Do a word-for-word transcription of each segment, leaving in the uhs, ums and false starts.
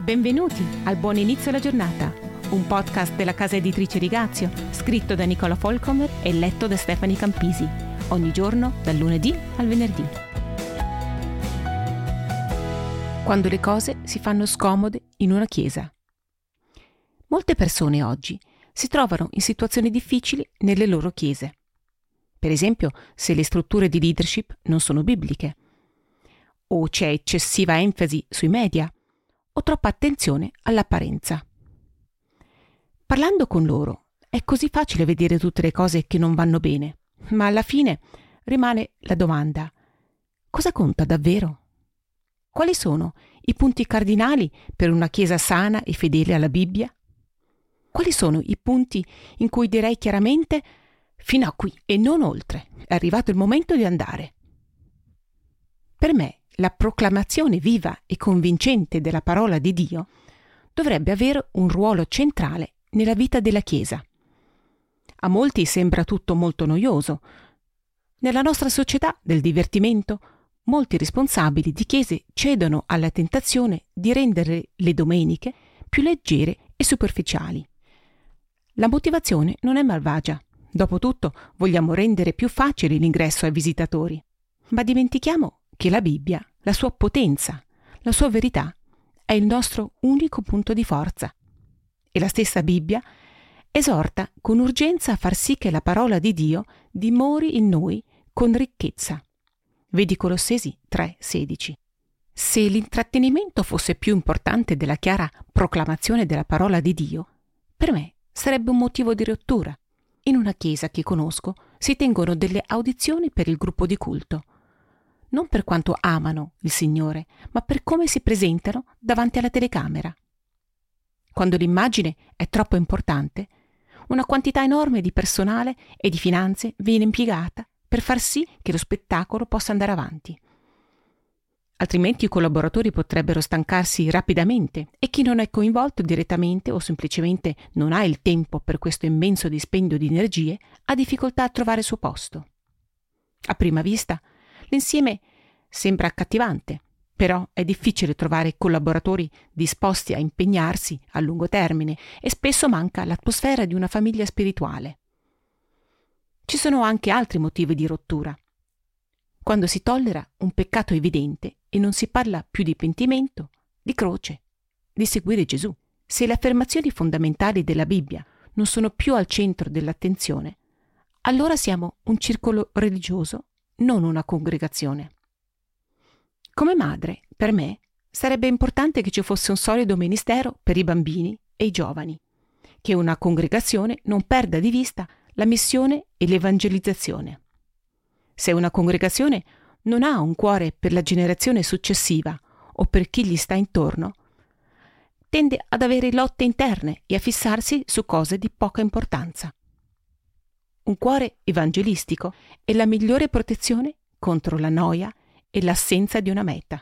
Benvenuti al Buon Inizio alla Giornata, un podcast della casa editrice Rigazio, scritto da Nicola Folcomer e letto da Stefani Campisi, ogni giorno dal lunedì al venerdì. Quando le cose si fanno scomode in una chiesa. Molte persone oggi si trovano in situazioni difficili nelle loro chiese. Per esempio, se le strutture di leadership non sono bibliche, o c'è eccessiva enfasi sui media, o troppa attenzione all'apparenza. Parlando con loro è così facile vedere tutte le cose che non vanno bene, ma alla fine rimane la domanda: cosa conta davvero? Quali sono i punti cardinali per una chiesa sana e fedele alla Bibbia? Quali sono i punti in cui direi chiaramente fino a qui e non oltre, è arrivato il momento di andare? Per me la proclamazione viva e convincente della parola di Dio dovrebbe avere un ruolo centrale nella vita della Chiesa. A molti sembra tutto molto noioso. Nella nostra società del divertimento, molti responsabili di chiese cedono alla tentazione di rendere le domeniche più leggere e superficiali. La motivazione non è malvagia. Dopotutto vogliamo rendere più facile l'ingresso ai visitatori. Ma dimentichiamo che la Bibbia, la sua potenza, la sua verità, è il nostro unico punto di forza. E la stessa Bibbia esorta con urgenza a far sì che la parola di Dio dimori in noi con ricchezza. Vedi Colossesi tre sedici. Se l'intrattenimento fosse più importante della chiara proclamazione della parola di Dio, per me sarebbe un motivo di rottura. In una chiesa che conosco si tengono delle audizioni per il gruppo di culto, non per quanto amano il Signore, ma per come si presentano davanti alla telecamera. Quando l'immagine è troppo importante, una quantità enorme di personale e di finanze viene impiegata per far sì che lo spettacolo possa andare avanti. Altrimenti i collaboratori potrebbero stancarsi rapidamente e chi non è coinvolto direttamente o semplicemente non ha il tempo per questo immenso dispendio di energie ha difficoltà a trovare il suo posto. A prima vista, l'insieme sembra accattivante, però è difficile trovare collaboratori disposti a impegnarsi a lungo termine e spesso manca l'atmosfera di una famiglia spirituale. Ci sono anche altri motivi di rottura. Quando si tollera un peccato evidente e non si parla più di pentimento, di croce, di seguire Gesù. Se le affermazioni fondamentali della Bibbia non sono più al centro dell'attenzione, allora siamo un circolo religioso, non una congregazione. Come madre, per me, sarebbe importante che ci fosse un solido ministero per i bambini e i giovani, che una congregazione non perda di vista la missione e l'evangelizzazione. Se una congregazione non ha un cuore per la generazione successiva o per chi gli sta intorno, tende ad avere lotte interne e a fissarsi su cose di poca importanza. Un cuore evangelistico è la migliore protezione contro la noia e l'assenza di una meta.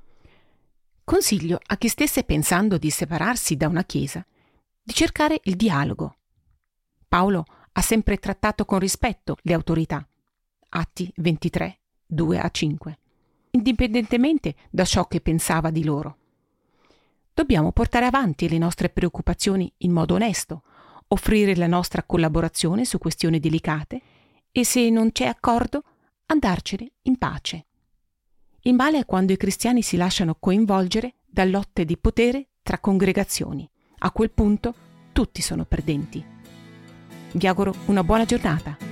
Consiglio a chi stesse pensando di separarsi da una chiesa di cercare il dialogo. Paolo ha sempre trattato con rispetto le autorità. Atti ventitré, due a cinque, indipendentemente da ciò che pensava di loro. Dobbiamo portare avanti le nostre preoccupazioni in modo onesto, offrire la nostra collaborazione su questioni delicate e, se non c'è accordo, andarcene in pace. Il male è quando i cristiani si lasciano coinvolgere da lotte di potere tra congregazioni. A quel punto tutti sono perdenti. Vi auguro una buona giornata.